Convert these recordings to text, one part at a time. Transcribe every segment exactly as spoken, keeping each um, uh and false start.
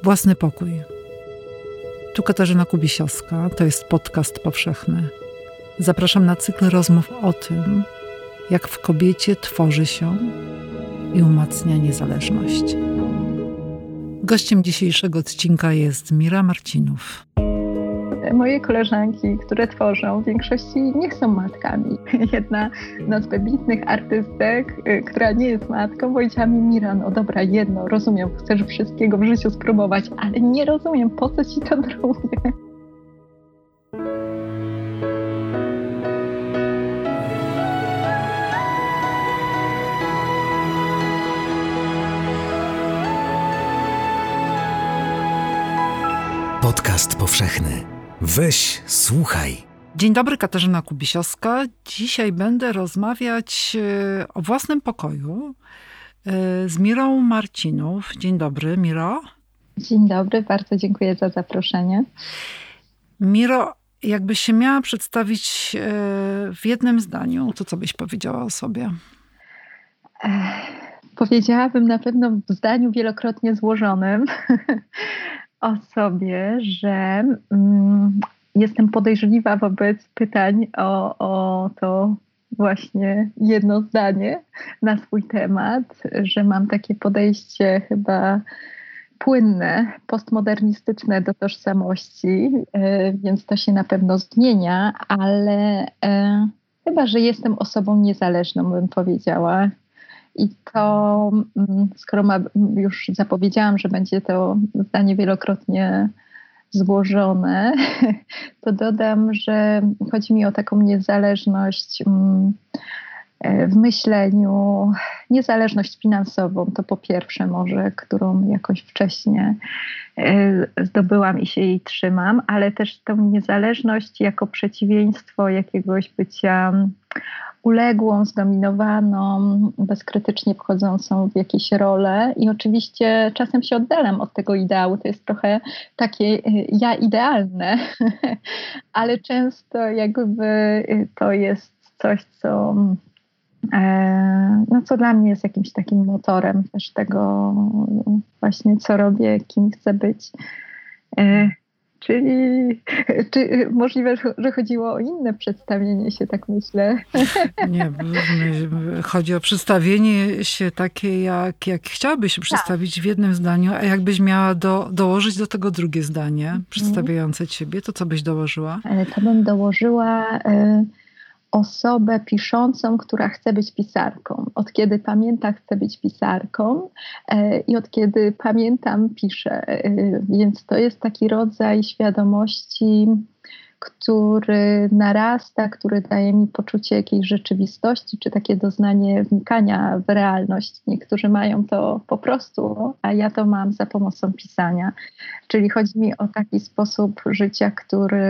Własny pokój. Tu Katarzyna Kubisiowska, to jest podcast powszechny. Zapraszam na cykl rozmów o tym, jak w kobiecie tworzy się i umacnia niezależność. Gościem dzisiejszego odcinka jest Mira Marcinów. Moje koleżanki, które tworzą, w większości nie są matkami. Jedna z wybitnych artystek, która nie jest matką, powiedziała mi: Mira, no dobra, jedno, rozumiem, chcesz wszystkiego w życiu spróbować, ale nie rozumiem, po co ci to drugie. Podcast powszechny. Weź, słuchaj. Dzień dobry, Katarzyna Kubisiowska. Dzisiaj będę rozmawiać o własnym pokoju z Mirą Marcinów. Dzień dobry, Miro. Dzień dobry, bardzo dziękuję za zaproszenie. Miro, jakbyś się miała przedstawić w jednym zdaniu, to co byś powiedziała o sobie? Ech, powiedziałabym na pewno w zdaniu wielokrotnie złożonym o sobie, że mm, jestem podejrzliwa wobec pytań o, o to właśnie jedno zdanie na swój temat, że mam takie podejście chyba płynne, postmodernistyczne do tożsamości, yy, więc to się na pewno zmienia, ale yy, chyba, że jestem osobą niezależną, bym powiedziała. I to, skoro ma, już zapowiedziałam, że będzie to zdanie wielokrotnie złożone, to dodam, że chodzi mi o taką niezależność w myśleniu, niezależność finansową, to po pierwsze może, którą jakoś wcześniej zdobyłam i się jej trzymam, ale też tą niezależność jako przeciwieństwo jakiegoś bycia uległą, zdominowaną, bezkrytycznie wchodzącą w jakieś role i oczywiście czasem się oddalam od tego ideału, to jest trochę takie ja idealne, ale często jakby to jest coś, co, no co dla mnie jest jakimś takim motorem też tego właśnie, co robię, kim chcę być. Czyli czy możliwe, że chodziło o inne przedstawienie się, tak myślę? Nie, chodzi o przedstawienie się takie, jak, jak chciałabyś się przedstawić tak w jednym zdaniu, a jakbyś miała do, dołożyć do tego drugie zdanie mm. przedstawiające ciebie, to co byś dołożyła? To bym dołożyła y, osobę piszącą, która chce być pisarką. Od kiedy pamiętam, chcę być pisarką y, i od kiedy pamiętam, piszę. Y, więc to jest taki rodzaj świadomości, który narasta, który daje mi poczucie jakiejś rzeczywistości, czy takie doznanie wnikania w realność. Niektórzy mają to po prostu, a ja to mam za pomocą pisania. Czyli chodzi mi o taki sposób życia, który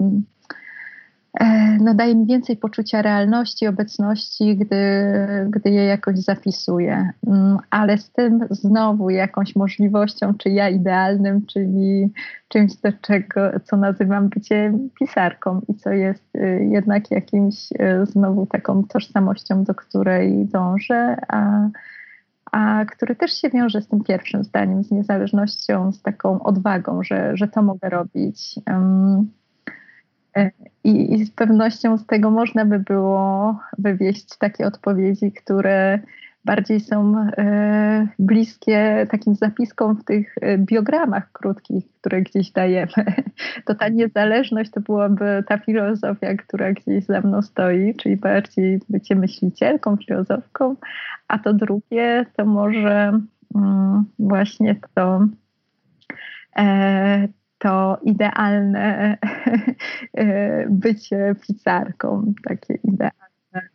no, daje mi więcej poczucia realności, obecności, gdy, gdy je jakoś zapisuję. Ale z tym znowu jakąś możliwością, czy ja idealnym, czyli czymś, do czego, co nazywam byciem pisarką i co jest jednak jakimś znowu taką tożsamością, do której dążę, a, a który też się wiąże z tym pierwszym zdaniem, z niezależnością, z taką odwagą, że, że to mogę robić. Um, I, I z pewnością z tego można by było wywieźć takie odpowiedzi, które bardziej są e, bliskie takim zapiskom w tych biogramach krótkich, które gdzieś dajemy. To ta niezależność to byłaby ta filozofia, która gdzieś za mną stoi, czyli bardziej bycie myślicielką, filozofką, a to drugie to może mm, właśnie to e, to idealne bycie pisarką, takie idealne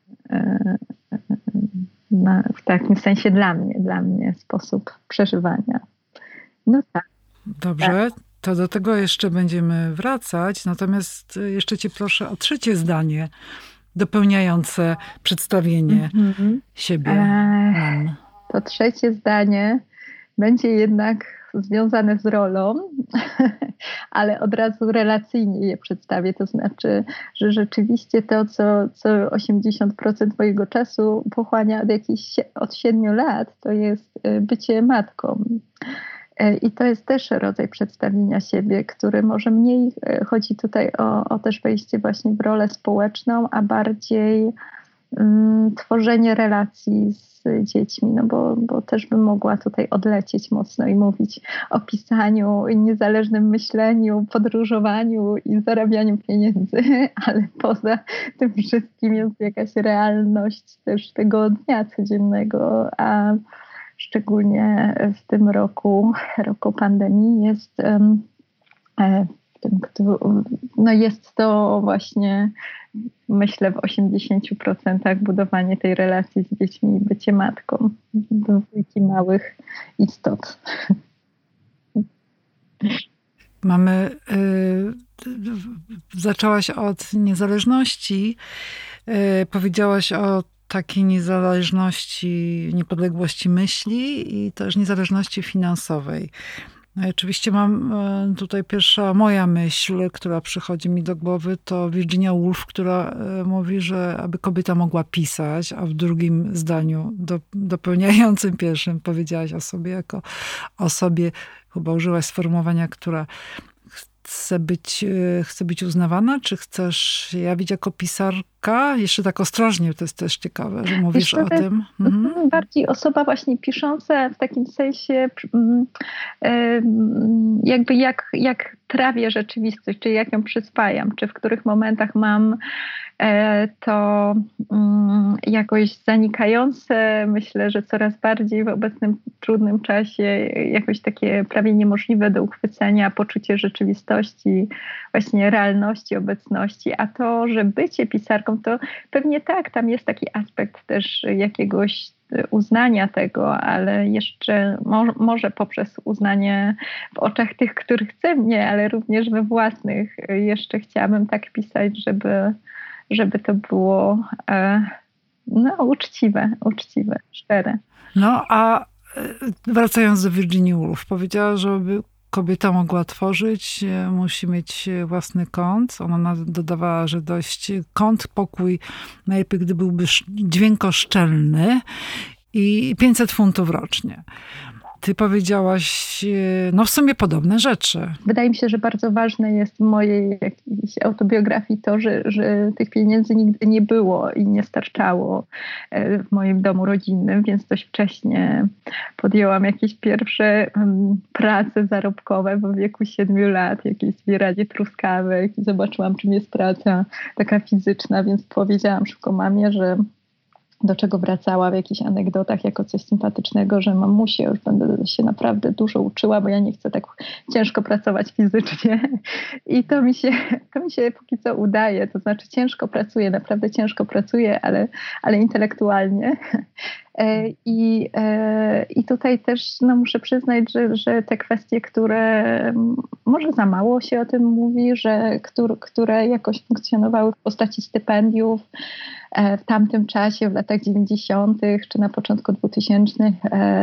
na, w takim sensie dla mnie, dla mnie sposób przeżywania. No tak. Dobrze, tak. To do tego jeszcze będziemy wracać, natomiast jeszcze cię proszę o trzecie zdanie dopełniające przedstawienie mm-hmm. siebie. Eee, to trzecie zdanie będzie jednak związane z rolą, ale od razu relacyjnie je przedstawię. To znaczy, że rzeczywiście to, co, co osiemdziesiąt procent mojego czasu pochłania od jakichś od siedmiu lat, to jest bycie matką. I to jest też rodzaj przedstawienia siebie, który może mniej chodzi tutaj o, o też wejście właśnie w rolę społeczną, a bardziej um, tworzenie relacji z dziećmi, no bo, bo też bym mogła tutaj odlecieć mocno i mówić o pisaniu, i niezależnym myśleniu, podróżowaniu i zarabianiu pieniędzy, ale poza tym wszystkim jest jakaś realność też tego dnia codziennego, a szczególnie w tym roku, roku pandemii jest um, w tym, no jest to właśnie, myślę, w osiemdziesięciu procentach budowanie tej relacji z dziećmi i bycie matką dwójki małych istot. Mamy, y, zaczęłaś od niezależności, y, powiedziałaś o takiej niezależności, niepodległości myśli i też niezależności finansowej. No i oczywiście mam tutaj pierwsza moja myśl, która przychodzi mi do głowy, to Virginia Woolf, która mówi, że aby kobieta mogła pisać, a w drugim zdaniu do, dopełniającym pierwszym powiedziałaś o sobie jako osobie, chyba użyłaś sformułowania, która chce być, chce być uznawana, czy chcesz się jawić jako pisarka? Jeszcze tak ostrożnie, to jest też ciekawe, że mówisz o tym. Mhm. Bardziej osoba właśnie pisząca w takim sensie jakby jak, jak trawię rzeczywistość, czy jak ją przyswajam, czy w których momentach mam to jakoś zanikające, myślę, że coraz bardziej w obecnym trudnym czasie jakoś takie prawie niemożliwe do uchwycenia poczucie rzeczywistości, właśnie realności, obecności, a to, że bycie pisarką, to pewnie tak, tam jest taki aspekt też jakiegoś uznania tego, ale jeszcze mo- może poprzez uznanie w oczach tych, których chce mnie, ale również we własnych. Jeszcze chciałabym tak pisać, żeby żeby to było e, no, uczciwe, uczciwe, szczere. No a wracając do Virginii Woolf, powiedziała, że żeby kobieta mogła tworzyć, musi mieć własny kąt. Ona dodawała, że dość kąt, pokój, najlepiej gdy byłby dźwiękoszczelny i pięćset funtów rocznie. Ty powiedziałaś, no w sumie podobne rzeczy. Wydaje mi się, że bardzo ważne jest w mojej jakiejś autobiografii to, że, że tych pieniędzy nigdy nie było i nie starczało w moim domu rodzinnym, więc dość wcześnie podjęłam jakieś pierwsze um, prace zarobkowe w wieku siedmiu lat, jakieś zbieranie truskawek i zobaczyłam, czym jest praca taka fizyczna, więc powiedziałam szybko mamie, że do czego wracała w jakichś anegdotach jako coś sympatycznego, że mamusie, już będę się naprawdę dużo uczyła, bo ja nie chcę tak ciężko pracować fizycznie. I to mi się, to mi się póki co udaje, to znaczy ciężko pracuję, naprawdę ciężko pracuję, ale, ale intelektualnie. I, I tutaj też no, muszę przyznać, że, że te kwestie, które może za mało się o tym mówi, że które, które jakoś funkcjonowały w postaci stypendiów w tamtym czasie, w latach dziewięćdziesiątych czy na początku dwutysięcznych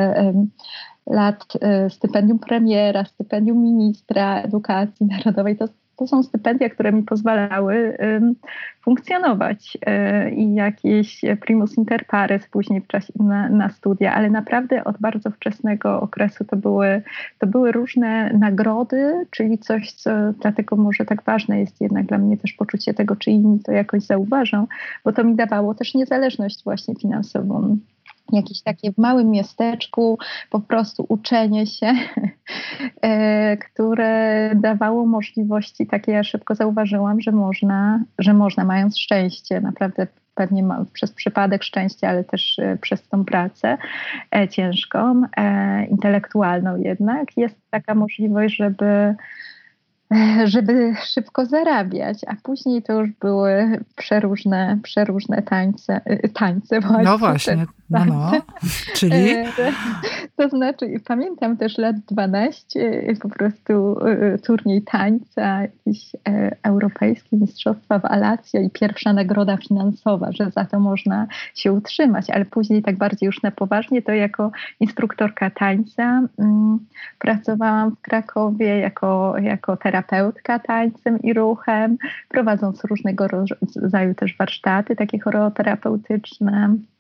lat, stypendium premiera, stypendium ministra edukacji narodowej, to To są stypendia, które mi pozwalały y, funkcjonować y, i jakieś primus inter pares później w czasie na, na studia, ale naprawdę od bardzo wczesnego okresu to były, to były różne nagrody, czyli coś, co dlatego może tak ważne jest jednak dla mnie też poczucie tego, czy inni to jakoś zauważą, bo to mi dawało też niezależność właśnie finansową. Jakieś takie w małym miasteczku po prostu uczenie się, które dawało możliwości takie, ja szybko zauważyłam, że można, że można mając szczęście, naprawdę pewnie ma, przez przypadek szczęścia, ale też przez tą pracę ciężką, intelektualną jednak, jest taka możliwość, żeby żeby szybko zarabiać, a później to już były przeróżne, przeróżne tańce. tańce właśnie. No właśnie, no, no. Czyli? To znaczy, pamiętam też lat dwanaście, po prostu turniej tańca, jakieś europejskie mistrzostwa w Alacio i pierwsza nagroda finansowa, że za to można się utrzymać, ale później tak bardziej już na poważnie, to jako instruktorka tańca um, pracowałam w Krakowie jako, jako terapeutka tańcem i ruchem, prowadząc różnego rodzaju też warsztaty takie choreoterapeutyczne.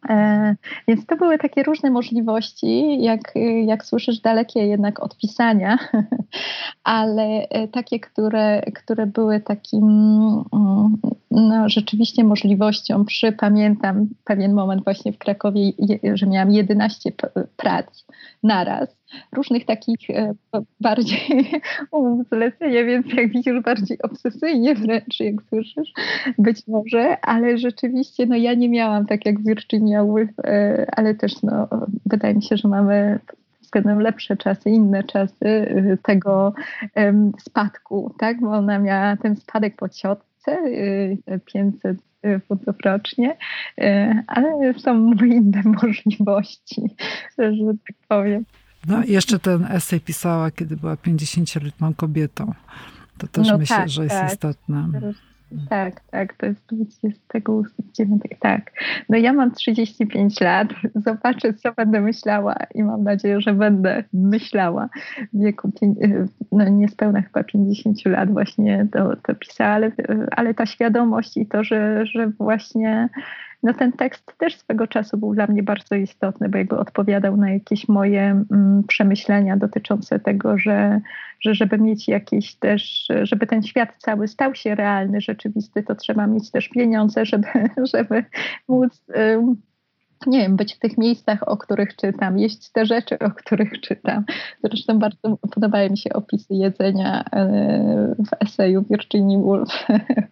E, więc to były takie różne możliwości, jak, jak słyszysz, dalekie jednak od pisania, ale takie, które, które były takim no, rzeczywiście możliwością. Przy, pamiętam pewien moment właśnie w Krakowie, je, że miałam jedenaście p- prac naraz, różnych takich e, bardziej umów zlecenia, więc jak widzisz, bardziej obsesyjnie wręcz, jak słyszysz, być może, ale rzeczywiście no ja nie miałam tak jak Virginia Woolf, e, ale też no, wydaje mi się, że mamy względem lepsze czasy, inne czasy e, tego e, spadku, tak, bo ona miała ten spadek po ciotce, e, pięćset funtów rocznie, ale są inne możliwości, że tak powiem. No i jeszcze ten esej pisała, kiedy była pięćdziesięcioletnią kobietą. To też no myślę, tak, że jest tak. istotne. Tak, tak, to jest dwudziestego dziewiątego, tak. No ja mam trzydzieści pięć lat, zobaczę, co będę myślała i mam nadzieję, że będę myślała w wieku no niespełna chyba pięćdziesięciu lat właśnie to, to pisała, ale, ale ta świadomość i to, że, że właśnie no ten tekst też swego czasu był dla mnie bardzo istotny, bo jakby odpowiadał na jakieś moje mm, przemyślenia dotyczące tego, że, że żeby mieć jakieś też, żeby ten świat cały stał się realny, rzeczywisty, to trzeba mieć też pieniądze, żeby, żeby móc um, nie wiem, być w tych miejscach, o których czytam, jeść te rzeczy, o których czytam. Zresztą bardzo podobały mi się opisy jedzenia w eseju Virginia Woolf.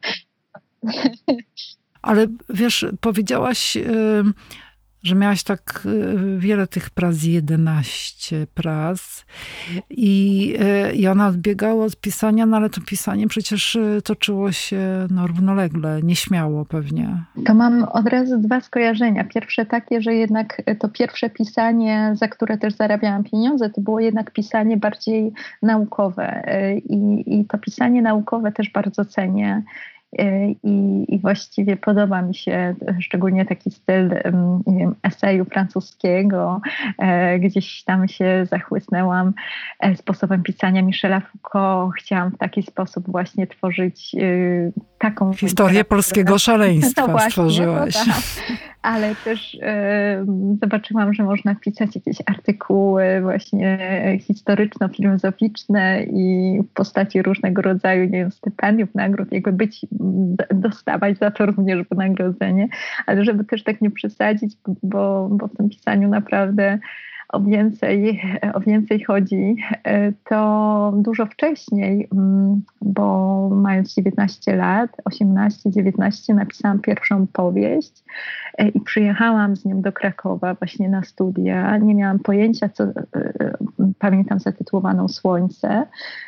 Ale wiesz, powiedziałaś, że miałaś tak wiele tych prac, jedenaście prac i, i ona odbiegała od pisania, no ale to pisanie przecież toczyło się no, równolegle, nieśmiało pewnie. To mam od razu dwa skojarzenia. Pierwsze takie, że jednak to pierwsze pisanie, za które też zarabiałam pieniądze, to było jednak pisanie bardziej naukowe i, i to pisanie naukowe też bardzo cenię. I, I właściwie podoba mi się szczególnie taki styl, nie wiem, eseju francuskiego. Gdzieś tam się zachłysnęłam sposobem pisania Michela Foucault. Chciałam w taki sposób właśnie tworzyć taką... Historię polskiego szaleństwa no właśnie, stworzyłaś. No tak. Ale też e, zobaczyłam, że można pisać jakieś artykuły właśnie historyczno-filozoficzne i w postaci różnego rodzaju, nie wiem, stypendiów, nagród, jakby być, dostawać za to również wynagrodzenie, ale żeby też tak nie przesadzić, bo, bo w tym pisaniu naprawdę o więcej, o więcej chodzi, to dużo wcześniej, bo mając dziewiętnaście lat, osiemnaście dziewiętnaście, napisałam pierwszą powieść i przyjechałam z nią do Krakowa właśnie na studia. Nie miałam pojęcia, co pamiętam zatytułowaną Słońce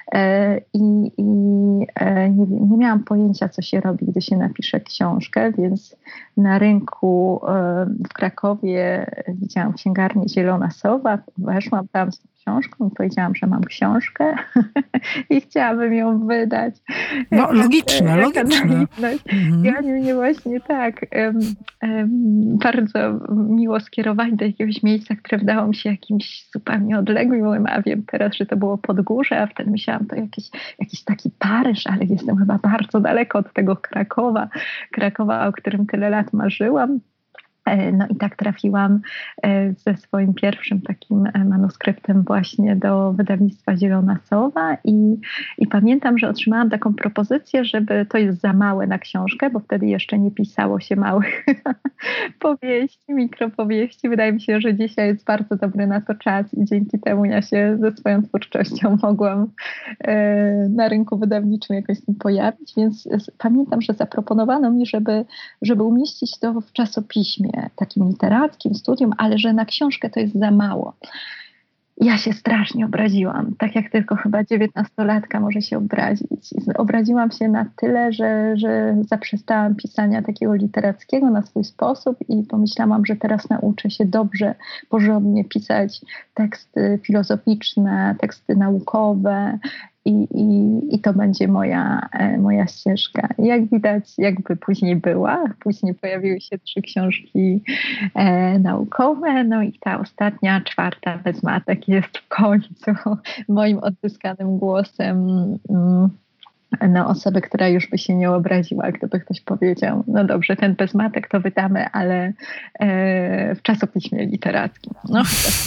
i, i nie, nie miałam pojęcia, co się robi, gdy się napisze książkę, więc na rynku w Krakowie widziałam księgarnię Zielona Sowa, weszłam tam z tą książką i powiedziałam, że mam książkę i chciałabym ją wydać. No logiczne, logiczne. Mhm. I oni mnie właśnie tak um, um, bardzo miło skierowali do jakiegoś miejsca, które wydało mi się jakimś zupełnie odległym, a wiem teraz, że to było Podgórze, a wtedy myślałam, to jakiś, jakiś taki Paryż, ale jestem chyba bardzo daleko od tego Krakowa, Krakowa, o którym tyle lat marzyłam. No i tak trafiłam ze swoim pierwszym takim manuskryptem właśnie do wydawnictwa Zielona Sowa i, i pamiętam, że otrzymałam taką propozycję, żeby to jest za małe na książkę, bo wtedy jeszcze nie pisało się małych powieści, mikropowieści. Wydaje mi się, że dzisiaj jest bardzo dobry na to czas i dzięki temu ja się ze swoją twórczością mogłam na rynku wydawniczym jakoś tym pojawić, więc pamiętam, że zaproponowano mi, żeby, żeby umieścić to w czasopiśmie takim literackim, studium, ale że na książkę to jest za mało. Ja się strasznie obraziłam, tak jak tylko chyba dziewiętnastolatka może się obrazić. Obraziłam się na tyle, że, że zaprzestałam pisania takiego literackiego na swój sposób i pomyślałam, że teraz nauczę się dobrze, porządnie pisać teksty filozoficzne, teksty naukowe, I, i, i to będzie moja, moja ścieżka. Jak widać, jakby później była. Później pojawiły się trzy książki e, naukowe, no i ta ostatnia, czwarta bez matek jest w końcu moim odzyskanym głosem. Mm, na osobę, która już by się nie obraziła, gdyby ktoś powiedział, no dobrze, ten bez matek to wydamy, ale e, w czasopiśmie literackim. No,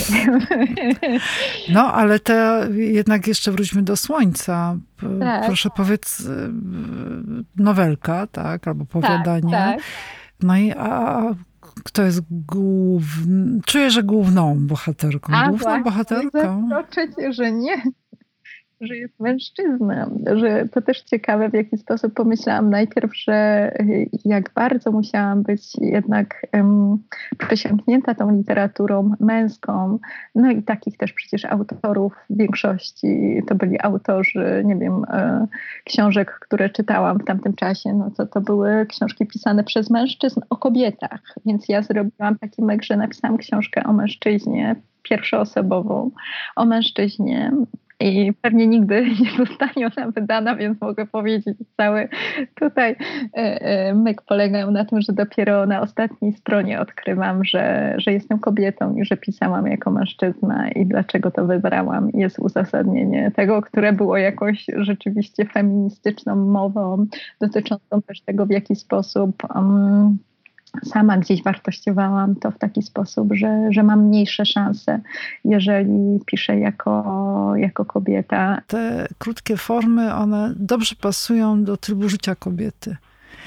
no ale to jednak jeszcze wróćmy do Słońca. Tak. Proszę powiedz, nowelka, tak, albo opowiadanie. Tak, tak. No i a kto jest główny? Czuję, że główną bohaterką. A, główną właśnie, bohaterką? Zaskoczę, że nie. Że jest mężczyzną, że to też ciekawe, w jaki sposób pomyślałam najpierw, że jak bardzo musiałam być jednak um, przesiąknięta tą literaturą męską, no i takich też przecież autorów w większości to byli autorzy, nie wiem, e, książek, które czytałam w tamtym czasie, no to to były książki pisane przez mężczyzn o kobietach, więc ja zrobiłam taki myk, że napisałam książkę o mężczyźnie, pierwszoosobową, o mężczyźnie. I pewnie nigdy nie zostanie ona wydana, więc mogę powiedzieć, cały tutaj myk polegał na tym, że dopiero na ostatniej stronie odkrywam, że, że jestem kobietą i że pisałam jako mężczyzna i dlaczego to wybrałam. Jest uzasadnienie tego, które było jakąś rzeczywiście feministyczną mową, dotyczącą też tego, w jaki sposób um, sama gdzieś wartościowałam to w taki sposób, że, że mam mniejsze szanse, jeżeli piszę jako, jako kobieta. Te krótkie formy, one dobrze pasują do trybu życia kobiety.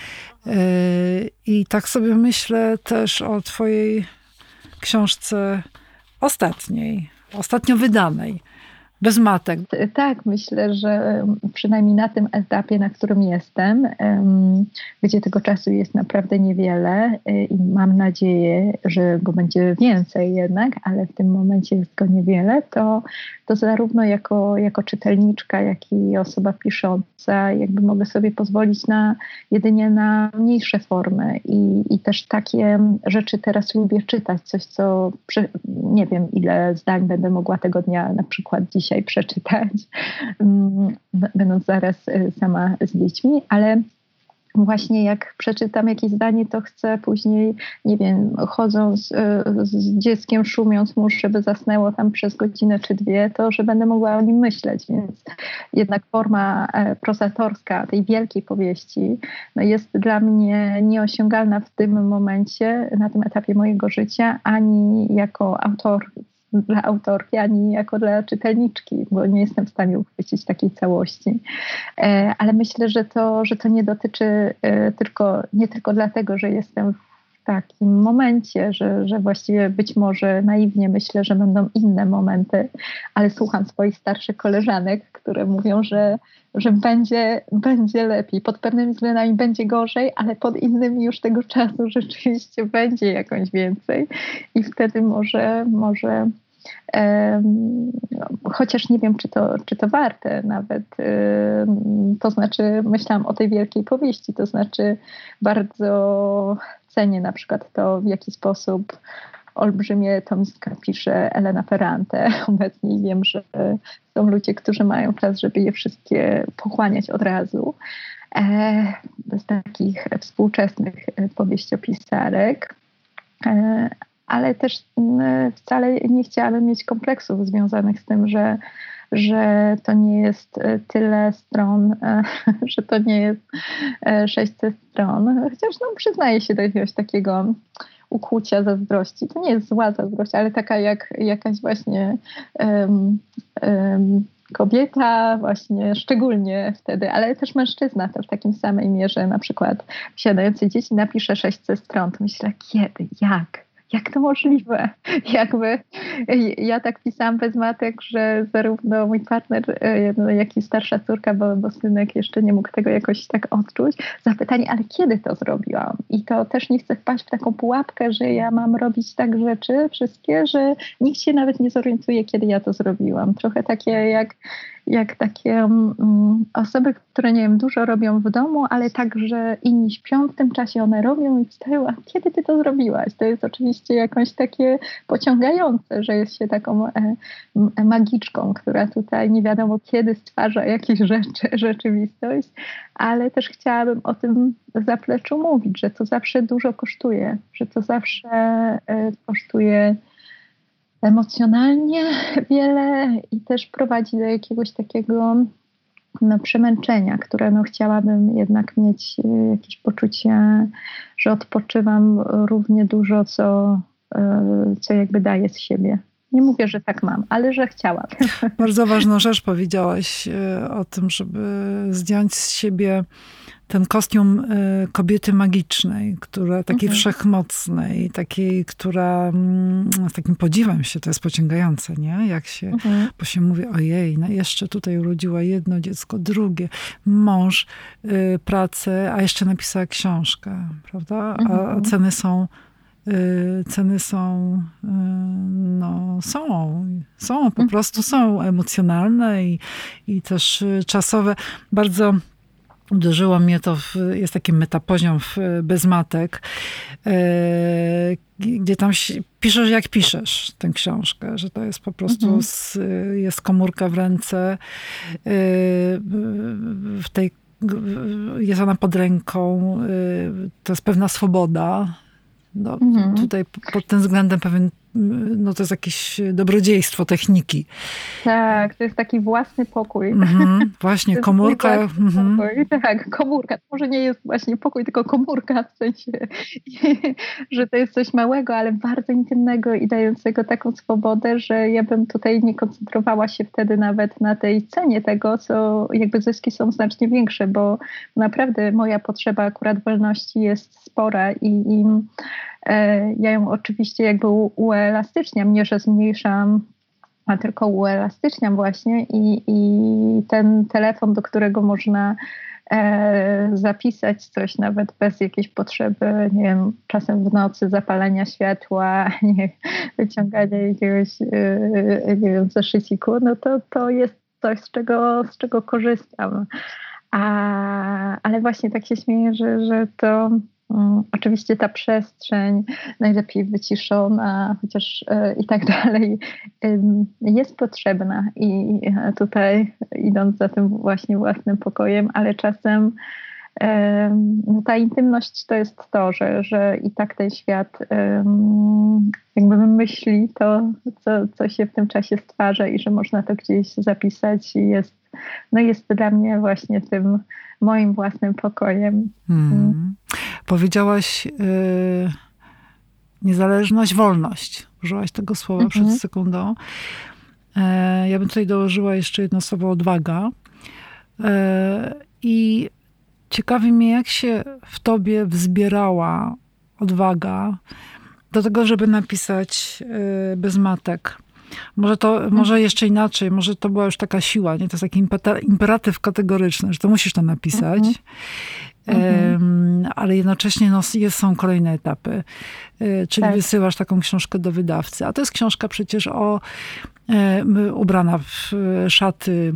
I tak sobie myślę też o twojej książce ostatniej, ostatnio wydanej. Bez matek. Tak, myślę, że przynajmniej na tym etapie, na którym jestem, gdzie tego czasu jest naprawdę niewiele i mam nadzieję, że go będzie więcej jednak, ale w tym momencie jest go niewiele, to, to zarówno jako, jako czytelniczka, jak i osoba pisząca jakby mogę sobie pozwolić na jedynie na mniejsze formy i, i też takie rzeczy teraz lubię czytać, coś co nie wiem ile zdań będę mogła tego dnia na przykład dzisiaj dzisiaj przeczytać, będąc zaraz sama z dziećmi, ale właśnie jak przeczytam jakieś zdanie, to chcę później, nie wiem, chodząc z dzieckiem, szumiąc mu, żeby zasnęło tam przez godzinę czy dwie, to że będę mogła o nim myśleć, więc jednak forma prozatorska tej wielkiej powieści no jest dla mnie nieosiągalna w tym momencie, na tym etapie mojego życia, ani jako autor dla autorki, ani jako dla czytelniczki, bo nie jestem w stanie uchwycić takiej całości. Ale myślę, że to, że to nie dotyczy tylko, nie tylko dlatego, że jestem w takim momencie, że, że właściwie być może naiwnie myślę, że będą inne momenty, ale słucham swoich starszych koleżanek, które mówią, że, że będzie, będzie lepiej. Pod pewnymi względami będzie gorzej, ale pod innymi już tego czasu rzeczywiście będzie jakoś więcej. I wtedy może, może um, chociaż nie wiem, czy to, czy to warte nawet, um, to znaczy myślałam o tej wielkiej powieści, to znaczy bardzo cenię na przykład to, w jaki sposób olbrzymie tomiska pisze Elena Ferrante. Obecnie wiem, że są ludzie, którzy mają czas, żeby je wszystkie pochłaniać od razu. E, z takich współczesnych powieściopisarek. E, ale też e, wcale nie chciałabym mieć kompleksów związanych z tym, że że to nie jest tyle stron, że to nie jest sześćset stron. Chociaż no, przyznaję się do jakiegoś takiego ukłucia zazdrości. To nie jest zła zazdrość, ale taka jak jakaś właśnie um, um, kobieta, właśnie szczególnie wtedy, ale też mężczyzna to w takim samej mierze, na przykład posiadający dzieci napisze sześćset stron. To myślę, kiedy, jak? Jak to możliwe? Jakby ja tak pisałam bez matek, że zarówno mój partner, no, jak i starsza córka, bo, bo synek jeszcze nie mógł tego jakoś tak odczuć, zapytanie, ale kiedy to zrobiłam? I to też nie chcę wpaść w taką pułapkę, że ja mam robić tak rzeczy wszystkie, że nikt się nawet nie zorientuje, kiedy ja to zrobiłam. Trochę takie jak, jak takie um, osoby, które nie wiem, dużo robią w domu, ale także inni śpią w tym czasie, one robią i wstają, a kiedy ty to zrobiłaś? To jest oczywiście jakąś takie pociągające, że jest się taką e, e, magiczką, która tutaj nie wiadomo kiedy stwarza jakieś rzeczy, rzeczywistość, ale też chciałabym o tym zapleczu mówić, że to zawsze dużo kosztuje, że to zawsze e, kosztuje emocjonalnie wiele i też prowadzi do jakiegoś takiego no, przemęczenia, które no, chciałabym jednak mieć jakieś poczucie, że odpoczywam równie dużo, co, co jakby daję z siebie. Nie mówię, że tak mam, ale że chciałabym. Bardzo ważną rzecz powiedziałaś o tym, żeby zdjąć z siebie ten kostium kobiety magicznej, która takiej mhm. wszechmocnej, takiej, która z takim podziwem się, to jest pociągające, nie? Jak się, mhm. bo się mówi, ojej, no jeszcze tutaj urodziła jedno dziecko, drugie, mąż, y, pracę, a jeszcze napisała książkę, prawda? Mhm. A, a ceny są Ceny są, no, są, są, po prostu są emocjonalne i, i też czasowe. Bardzo uderzyło mnie to, w, jest taki metapoziom w Bez matek, gdzie tam piszesz jak piszesz tę książkę, że to jest po prostu, mhm. z, jest komórka w ręce, w tej, jest ona pod ręką, to jest pewna swoboda. No, mhm. Tutaj pod tym względem pewien, no to jest jakieś dobrodziejstwo techniki. Tak, to jest taki własny pokój. Mhm, właśnie, komórka. Mhm. Pokój. Tak, komórka. To może nie jest właśnie pokój, tylko komórka, w sensie, że to jest coś małego, ale bardzo intymnego i dającego taką swobodę, że ja bym tutaj nie koncentrowała się wtedy nawet na tej cenie tego, co jakby zyski są znacznie większe, bo naprawdę moja potrzeba akurat wolności jest spora i, i ja ją oczywiście jakby uelastyczniam, nie że zmniejszam, a tylko uelastyczniam właśnie i, i ten telefon, do którego można e, zapisać coś nawet bez jakiejś potrzeby, nie wiem, czasem w nocy zapalenia światła, nie, wyciągania jakiegoś e, nie wiem, zeszyciku, no to, to jest coś, z czego, z czego korzystam. A, ale właśnie tak się śmieję, że, że to Um, oczywiście ta przestrzeń, najlepiej wyciszona, chociaż y, i tak dalej, y, jest potrzebna i tutaj idąc za tym właśnie własnym pokojem, ale czasem y, no, ta intymność to jest to, że, że i tak ten świat y, jakby myśli to, co, co się w tym czasie stwarza i że można to gdzieś zapisać i jest, no jest dla mnie właśnie tym moim własnym pokojem. Hmm. Powiedziałaś yy, niezależność, wolność. Użyłaś tego słowa mm-hmm. przed sekundą. Yy, ja bym tutaj dołożyła jeszcze jedno słowo, odwaga. Yy, I ciekawi mnie, jak się w tobie wzbierała odwaga do tego, żeby napisać yy, Bez matek. Może to, może jeszcze inaczej, może to była już taka siła, nie? To jest taki imperatyw kategoryczny, że to musisz to napisać. Mm-hmm. Um, ale jednocześnie no, jest, są kolejne etapy. Y, czyli tak. wysyłasz taką książkę do wydawcy. A to jest książka przecież o y, ubrana w szaty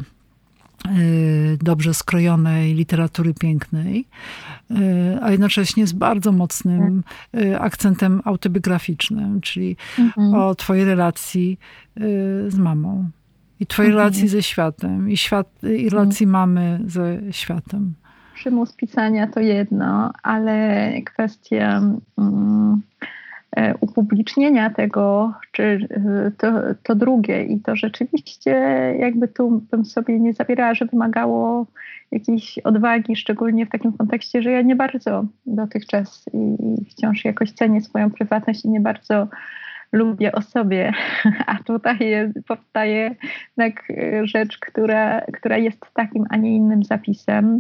y, dobrze skrojonej literatury pięknej, y, a jednocześnie z bardzo mocnym y, akcentem autobiograficznym, czyli mm-hmm. o twojej relacji y, z mamą. I twojej mm-hmm. relacji ze światem. I, świat, i relacji mm-hmm. mamy ze światem. Przymus pisania to jedno, ale kwestia um, upublicznienia tego, czy to, to drugie. I to rzeczywiście jakby tu bym sobie nie zabierała, że wymagało jakiejś odwagi, szczególnie w takim kontekście, że ja nie bardzo dotychczas i wciąż jakoś cenię swoją prywatność i nie bardzo lubię o sobie, a tutaj jest, powstaje tak rzecz, która, która jest takim, a nie innym zapisem.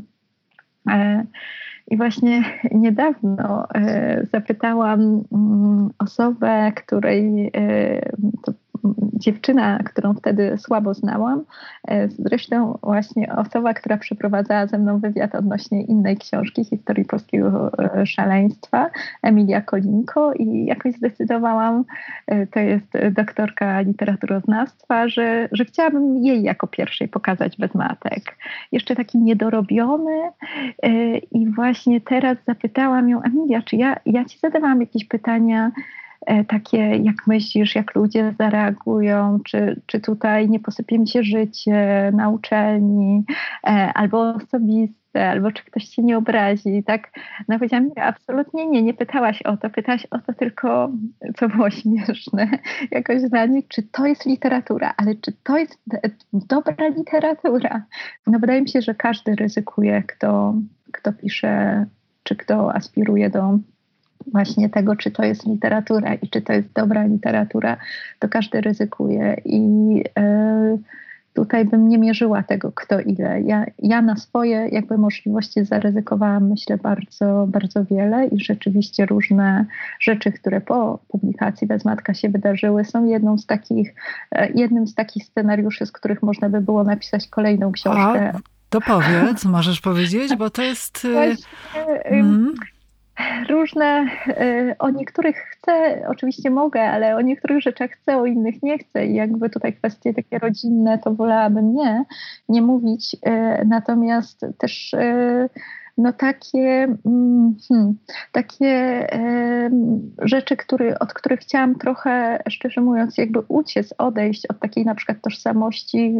I właśnie niedawno zapytałam osobę, której to dziewczyna, którą wtedy słabo znałam, zresztą właśnie osoba, która przeprowadzała ze mną wywiad odnośnie innej książki, Historii polskiego szaleństwa, Emilia Kolinko, i jakoś zdecydowałam, to jest doktorka literaturoznawstwa, że, że chciałabym jej jako pierwszej pokazać Bez matek. Jeszcze taki niedorobiony i właśnie teraz zapytałam ją, Emilia, czy ja, ja ci zadawałam jakieś pytania takie, jak myślisz, jak ludzie zareagują, czy, czy tutaj nie posypie mi się życie na uczelni, albo osobiste, albo czy ktoś cię nie obrazi, tak? No powiedziałam, nie, absolutnie nie, nie pytałaś o to, pytałaś o to tylko, co było śmieszne, jakoś zdanie, czy to jest literatura, ale czy to jest dobra literatura? No wydaje mi się, że każdy ryzykuje, kto, kto pisze, czy kto aspiruje do właśnie tego, czy to jest literatura i czy to jest dobra literatura, to każdy ryzykuje i yy, tutaj bym nie mierzyła tego, kto ile. Ja, ja na swoje jakby możliwości zaryzykowałam, myślę, bardzo, bardzo wiele i rzeczywiście różne rzeczy, które po publikacji Bezmatka się wydarzyły, są jedną z takich, jednym z takich scenariuszy, z których można by było napisać kolejną książkę. A, to powiedz, możesz powiedzieć, bo to jest... Właśnie, mm. Różne, o niektórych chcę, oczywiście mogę, ale o niektórych rzeczach chcę, o innych nie chcę i jakby tutaj kwestie takie rodzinne to wolałabym nie, nie mówić, natomiast też no takie, hmm, takie rzeczy, który, od których chciałam trochę, szczerze mówiąc, jakby uciec, odejść od takiej na przykład tożsamości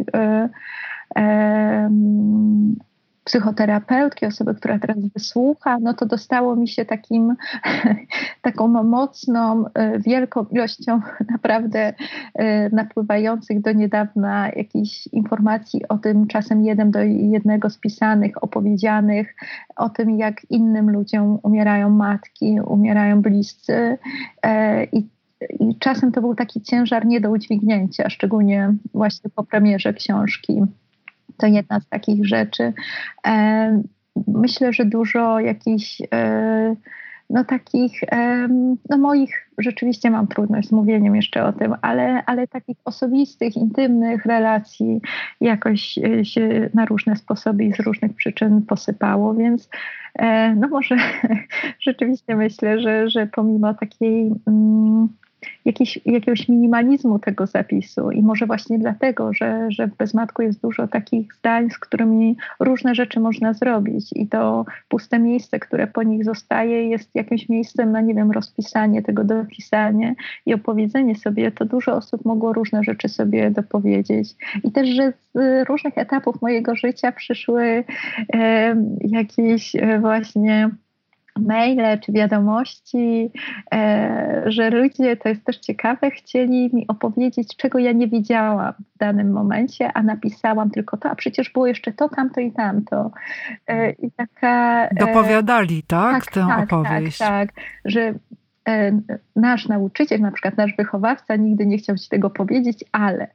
psychoterapeutki, osoby, która teraz wysłucha, no to dostało mi się takim, taką mocną, wielką ilością naprawdę napływających do niedawna jakichś informacji o tym, czasem jeden do jednego spisanych, opowiedzianych, o tym, jak innym ludziom umierają matki, umierają bliscy i I czasem to był taki ciężar nie do udźwignięcia, szczególnie właśnie po premierze książki. To jedna z takich rzeczy. Myślę, że dużo jakichś no takich, no moich, rzeczywiście mam trudność z mówieniem jeszcze o tym, ale, ale takich osobistych, intymnych relacji jakoś się na różne sposoby i z różnych przyczyn posypało, więc no może rzeczywiście myślę, że, że pomimo takiej mm, Jakiś, jakiegoś minimalizmu tego zapisu i może właśnie dlatego, że, że w Bezmatku jest dużo takich zdań, z którymi różne rzeczy można zrobić i to puste miejsce, które po nich zostaje, jest jakimś miejscem na, nie wiem, rozpisanie tego, dopisanie i opowiedzenie sobie, to dużo osób mogło różne rzeczy sobie dopowiedzieć i też, że z różnych etapów mojego życia przyszły e, jakieś e, właśnie maile czy wiadomości, e, że ludzie, to jest też ciekawe, chcieli mi opowiedzieć, czego ja nie wiedziałam w danym momencie, a napisałam tylko to, a przecież było jeszcze to, tamto i tamto. E, i taka, e, Dopowiadali, tak, tak tę tak, opowieść. Tak, tak, że e, nasz nauczyciel, na przykład nasz wychowawca nigdy nie chciał ci tego powiedzieć, ale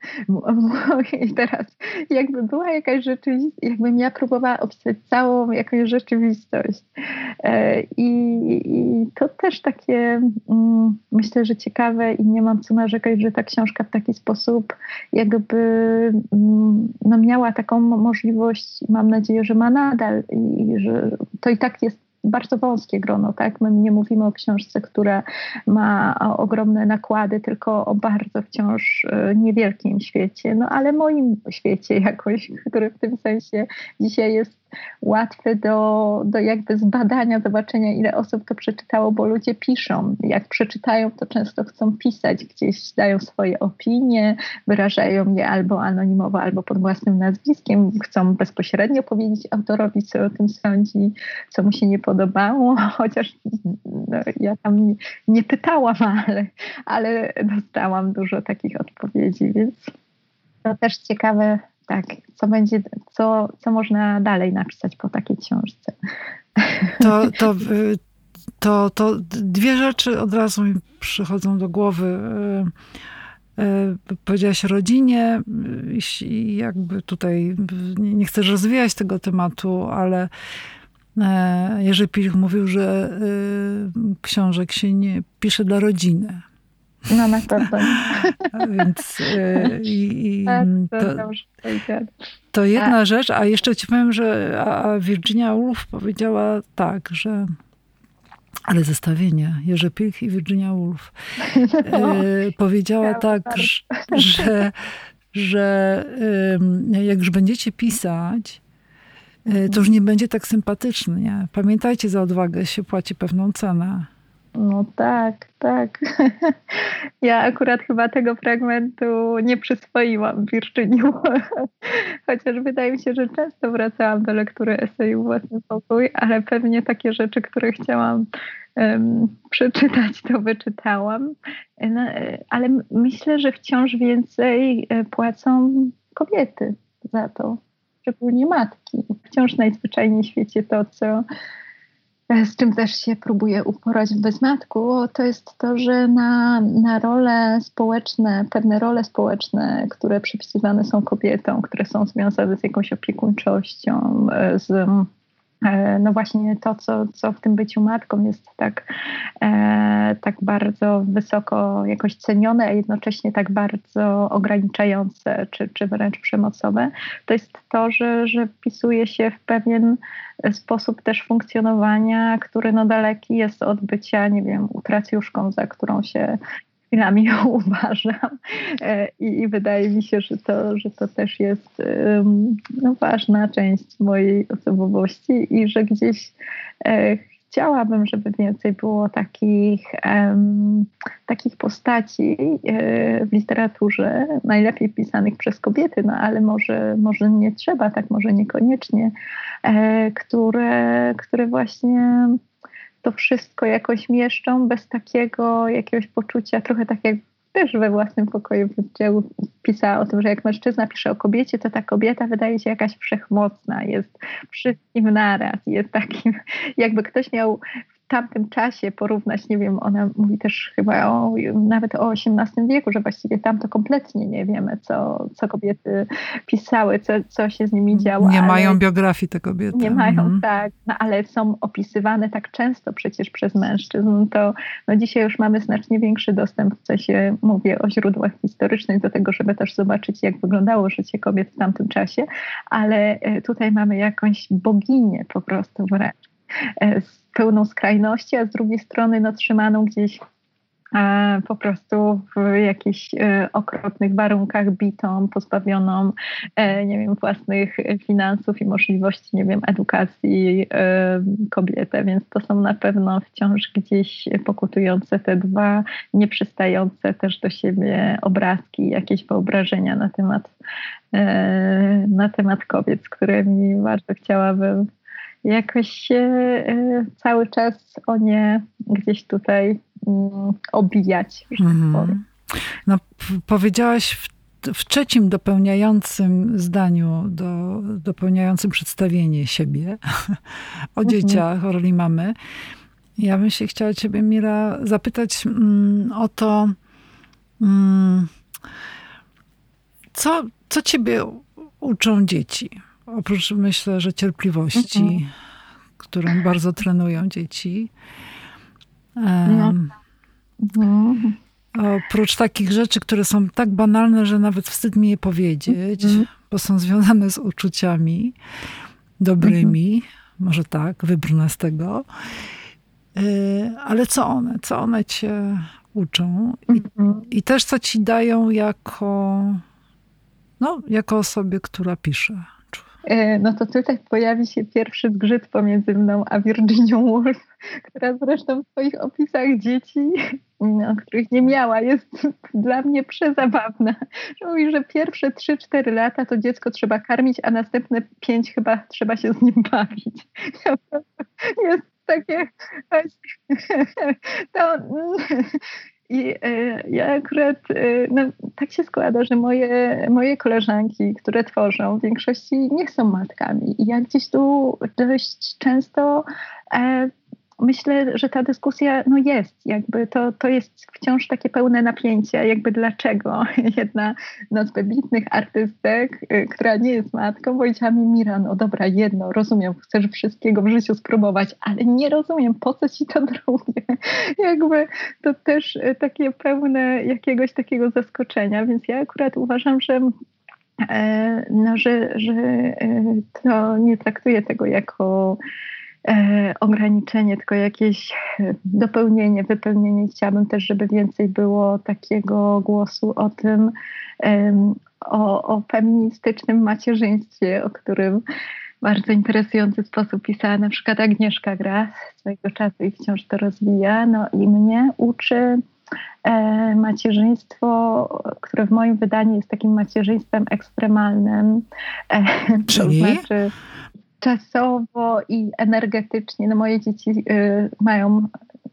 i teraz jakby była jakaś rzeczywistość, jakbym ja próbowała opisać całą jakąś rzeczywistość. I, i to też takie mm, myślę, że ciekawe i nie mam co narzekać, że ta książka w taki sposób jakby mm, no miała taką możliwość, mam nadzieję, że ma nadal i że to i tak jest bardzo wąskie grono, tak? My nie mówimy o książce, która ma ogromne nakłady, tylko o bardzo wciąż niewielkim świecie, no ale moim świecie jakoś, który w tym sensie dzisiaj jest łatwy do, do jakby zbadania, zobaczenia, ile osób to przeczytało, bo ludzie piszą. Jak przeczytają, to często chcą pisać, gdzieś dają swoje opinie, wyrażają je albo anonimowo, albo pod własnym nazwiskiem, chcą bezpośrednio powiedzieć autorowi, co o tym sądzi, co mu się nie podobało, chociaż no, ja tam nie, nie pytałam, ale, ale dostałam dużo takich odpowiedzi, więc to też ciekawe, tak, co będzie, co, co można dalej napisać po takiej książce. To, to, to, to dwie rzeczy od razu mi przychodzą do głowy. Powiedziałaś o rodzinie i jakby tutaj nie chcę rozwijać tego tematu, ale Jerzy Pilch mówił, że książek się nie pisze dla rodziny. No na pewno. Więc i, i tak, to, to, to jedna a. rzecz, a jeszcze ci powiem, że a Virginia Woolf powiedziała tak, że ale zestawienie Jerzy Pilch i Virginia Woolf no. powiedziała tak, że, że jak już będziecie pisać, to już nie będzie tak sympatyczny. Nie? Pamiętajcie, za odwagę się płaci pewną cenę. No tak, tak. Ja akurat chyba tego fragmentu nie przyswoiłam Virginiu, chociaż wydaje mi się, że często wracałam do lektury eseju Własny pokój, ale pewnie takie rzeczy, które chciałam um, przeczytać, to wyczytałam. No, ale myślę, że wciąż więcej płacą kobiety za to, szczególnie matki. Wciąż najzwyczajniej w świecie to, co z czym też się próbuję uporać w Bezmatku, to jest to, że na, na role społeczne, pewne role społeczne, które przypisywane są kobietom, które są związane z jakąś opiekuńczością, z no właśnie to, co, co w tym byciu matką jest tak, e, tak bardzo wysoko jakoś cenione, a jednocześnie tak bardzo ograniczające, czy, czy wręcz przemocowe, to jest to, że, że wpisuje się w pewien sposób też funkcjonowania, który no daleki jest od bycia, nie wiem, utracjuszką, za którą się chwilami ją uważam I, i wydaje mi się, że to, że to też jest um, no, ważna część mojej osobowości i że gdzieś e, chciałabym, żeby więcej było takich, um, takich postaci e, w literaturze, najlepiej pisanych przez kobiety, no ale może, może nie trzeba, tak może niekoniecznie, e, które, które właśnie to wszystko jakoś mieszczą bez takiego jakiegoś poczucia, trochę tak jak też we Własnym pokoju pisała o tym, że jak mężczyzna pisze o kobiecie, to ta kobieta wydaje się jakaś wszechmocna, jest wszystkim naraz, jest takim, jakby ktoś miał w tamtym czasie porównać, nie wiem, ona mówi też chyba o, nawet o osiemnastym wieku, że właściwie tam to kompletnie nie wiemy, co, co kobiety pisały, co, co się z nimi działo. Nie mają biografii te kobiety. Nie mają, mhm. tak, no, ale są opisywane tak często przecież przez mężczyzn, to no, dzisiaj już mamy znacznie większy dostęp, w sensie mówię o źródłach historycznych, do tego, żeby też zobaczyć, jak wyglądało życie kobiet w tamtym czasie, ale tutaj mamy jakąś boginię po prostu wręcz, z pełną skrajności, a z drugiej strony no, trzymaną gdzieś e, po prostu w jakichś e, okropnych warunkach, bitą, pozbawioną e, nie wiem, własnych finansów i możliwości, nie wiem, edukacji e, kobietę, więc to są na pewno wciąż gdzieś pokutujące te dwa nieprzystające też do siebie obrazki, jakieś wyobrażenia na temat, e, na temat kobiet, z którymi bardzo chciałabym jakoś się y, cały czas o nie gdzieś tutaj y, obijać, że tak mm. powiem. No, p- powiedziałaś w, w trzecim dopełniającym zdaniu, do, dopełniającym przedstawienie siebie o Mhm. dzieciach, o roli mamy. Ja bym się chciała ciebie, Mira, zapytać mm, o to, mm, co, co ciebie uczą dzieci? Oprócz, myślę, że cierpliwości, mhm. którą bardzo trenują dzieci. Um, no. mhm. Oprócz takich rzeczy, które są tak banalne, że nawet wstyd mi je powiedzieć, mhm. bo są związane z uczuciami dobrymi, mhm. może tak, wybrnę z tego. Ale co one? Co one cię uczą? I, mhm. i też co ci dają jako, no, jako osobie, która pisze. No to tutaj pojawi się pierwszy zgrzyt pomiędzy mną a Virginią Woolf, która zresztą w swoich opisach dzieci, no, których nie miała, jest dla mnie przezabawna. Mówi, że pierwsze trzy cztery lata to dziecko trzeba karmić, a następne pięć chyba trzeba się z nim bawić. Jest takie... To... I y, ja akurat, y, no, tak się składa, że moje, moje koleżanki, które tworzą, w większości nie są matkami. I ja gdzieś tu dość często e, myślę, że ta dyskusja no jest, jakby to, to jest wciąż takie pełne napięcie, jakby dlaczego jedna no, z wybitnych artystek, y, która nie jest matką, powiedziała mi: Mira, no dobra, jedno, rozumiem, chcesz wszystkiego w życiu spróbować, ale nie rozumiem, po co ci to drugie. Jakby to też y, takie pełne jakiegoś takiego zaskoczenia, więc ja akurat uważam, że e, no, że, że y, to nie traktuję tego jako E, ograniczenie, tylko jakieś dopełnienie, wypełnienie. Chciałabym też, żeby więcej było takiego głosu o tym, e, o, o feministycznym macierzyństwie, o którym bardzo interesujący sposób pisała na przykład Agnieszka Gras swojego czasu i wciąż to rozwija. No i mnie uczy e, macierzyństwo, które w moim wydaniu jest takim macierzyństwem ekstremalnym. E, Czyli? To znaczy czasowo i energetycznie. No moje dzieci y, mają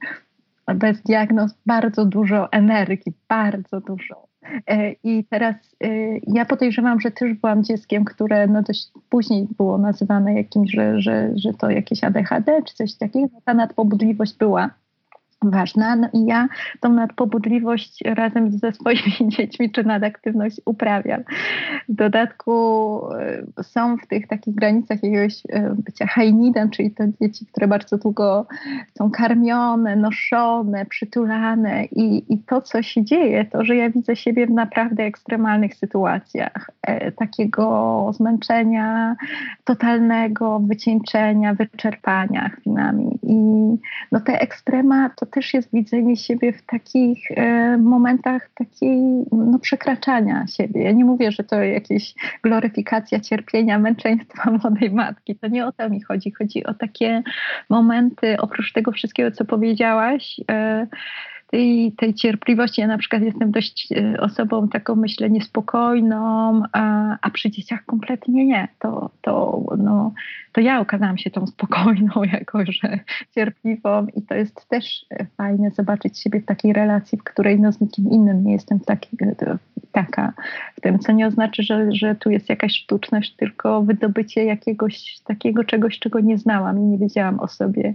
bez diagnoz bardzo dużo energii, bardzo dużo. I teraz y, ja podejrzewam, że też byłam dzieckiem, które no dość później było nazywane jakimś, że, że, że to jakieś A D H D czy coś takiego. Ta nadpobudliwość była ważna. No i ja tą nadpobudliwość razem ze swoimi dziećmi czy nadaktywność uprawiam. W dodatku y, są w tych takich granicach jakiegoś y, bycia hajnidem, czyli to dzieci, które bardzo długo są karmione, noszone, przytulane i, i to, co się dzieje, to, że ja widzę siebie w naprawdę ekstremalnych sytuacjach. E, takiego zmęczenia, totalnego wycieńczenia, wyczerpania chwilami. I no te ekstrema to też jest widzenie siebie w takich e, momentach takiej no, przekraczania siebie. Ja nie mówię, że to jakieś gloryfikacja cierpienia, męczeństwa młodej matki. To nie o to mi chodzi. Chodzi o takie momenty, oprócz tego wszystkiego, co powiedziałaś, e, tej, tej cierpliwości. Ja na przykład jestem dość e, osobą taką, myślę, niespokojną, a, a przy dzieciach kompletnie nie. To, to, no, to ja okazałam się tą spokojną, jako że cierpliwą i to jest też fajne zobaczyć siebie w takiej relacji, w której no, z nikim innym nie jestem taki, taka w tym, co nie oznacza, że, że tu jest jakaś sztuczność, tylko wydobycie jakiegoś takiego czegoś, czego nie znałam i nie wiedziałam o sobie.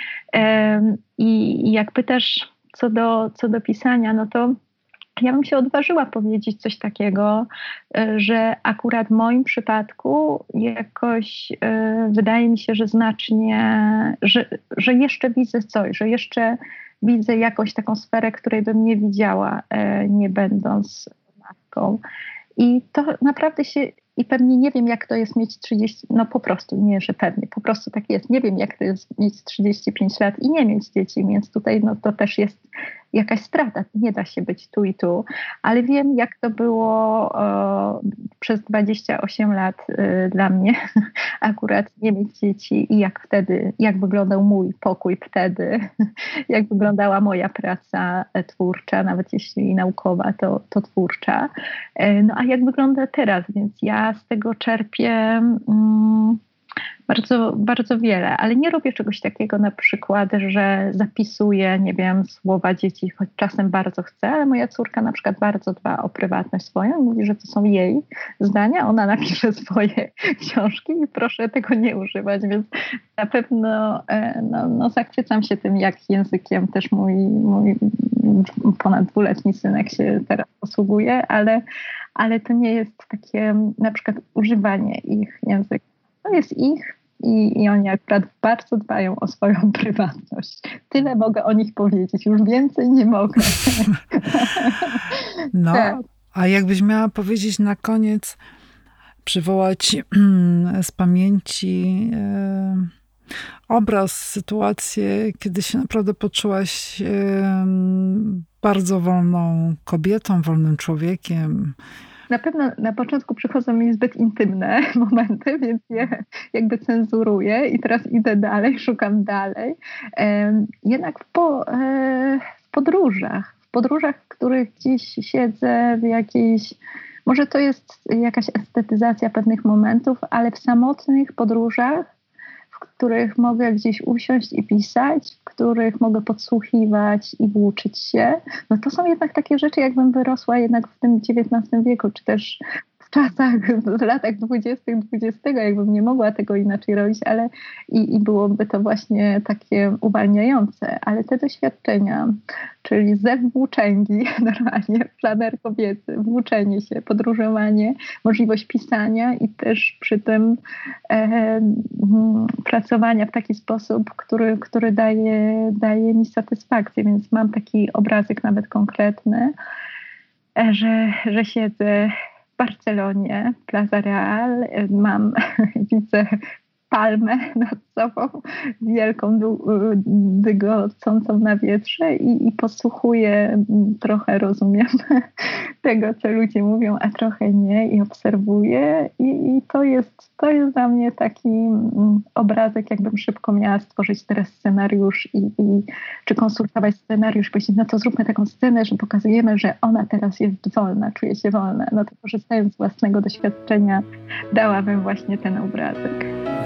Um, i, I jak pytasz co do, co do pisania, no to ja bym się odważyła powiedzieć coś takiego, że akurat w moim przypadku jakoś y, wydaje mi się, że znacznie, że, że jeszcze widzę coś, że jeszcze widzę jakąś taką sferę, której bym nie widziała, y, nie będąc matką. I to naprawdę się, i pewnie nie wiem, jak to jest mieć trzydzieści, no po prostu, nie, że pewnie, po prostu tak jest. Nie wiem, jak to jest mieć trzydzieści pięć lat i nie mieć dzieci, więc tutaj no to też jest jakaś strata. Nie da się być tu i tu, ale wiem, jak to było o, przez dwadzieścia osiem lat y, dla mnie akurat nie mieć dzieci i jak wtedy, jak wyglądał mój pokój wtedy, jak wyglądała moja praca twórcza, nawet jeśli naukowa, to, to twórcza. Y, no a jak wygląda teraz, więc ja z tego czerpię mm, bardzo, bardzo wiele, ale nie robię czegoś takiego na przykład, że zapisuję, nie wiem, słowa dzieci, choć czasem bardzo chcę, ale moja córka na przykład bardzo dba o prywatność swoją, mówi, że to są jej zdania, ona napisze swoje książki i proszę tego nie używać, więc na pewno no, no, zachwycam się tym, jak językiem też mój, mój ponad dwuletni synek się teraz posługuje, ale, ale to nie jest takie na przykład używanie ich języka. To jest ich i, i oni akurat bardzo dbają o swoją prywatność. Tyle mogę o nich powiedzieć, już więcej nie mogę. No, a jakbyś miała powiedzieć na koniec, przywołać z pamięci e, obraz, sytuację, kiedy się naprawdę poczułaś e, bardzo wolną kobietą, wolnym człowiekiem. Na pewno na początku przychodzą mi zbyt intymne momenty, więc je jakby cenzuruję i teraz idę dalej, szukam dalej. Jednak w, po, w podróżach, w podróżach, w których gdzieś siedzę w jakiejś, może to jest jakaś estetyzacja pewnych momentów, ale w samotnych podróżach, w których mogę gdzieś usiąść i pisać, w których mogę podsłuchiwać i włóczyć się, no to są jednak takie rzeczy, jakbym wyrosła jednak w tym dziewiętnastym wieku, czy też w czasach, w latach dwudziestych dwudziestego, jakbym nie mogła tego inaczej robić, ale i, i byłoby to właśnie takie uwalniające, ale te doświadczenia, czyli zew włóczęgi, normalnie planer kobiecy, włóczenie się, podróżowanie, możliwość pisania i też przy tym e, m, pracowania w taki sposób, który, który daje, daje mi satysfakcję, więc mam taki obrazek nawet konkretny, e, że, że siedzę w Barcelonie, Plaza Real, mam, widzę palmę nad sobą, wielką, dygocącą na wietrze i, i posłuchuję, trochę rozumiem tego, co ludzie mówią, a trochę nie i obserwuję i, i to jest, to jest dla mnie taki obrazek, jakbym szybko miała stworzyć teraz scenariusz i, i czy konsultować scenariusz, powiedzieć, no to zróbmy taką scenę, że pokazujemy, że ona teraz jest wolna, czuje się wolna. No to korzystając z własnego doświadczenia dałabym właśnie ten obrazek.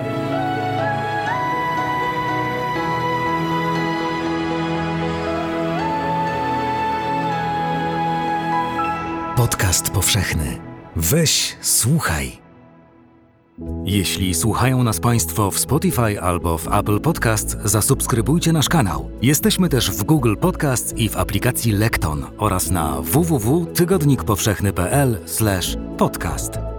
Podcast powszechny. Weź, słuchaj. Jeśli słuchają nas Państwo w Spotify albo w Apple Podcast, zasubskrybujcie nasz kanał. Jesteśmy też w Google Podcast i w aplikacji Lekton oraz na w w w kropka tygodnik powszechny kropka p l slash podcast.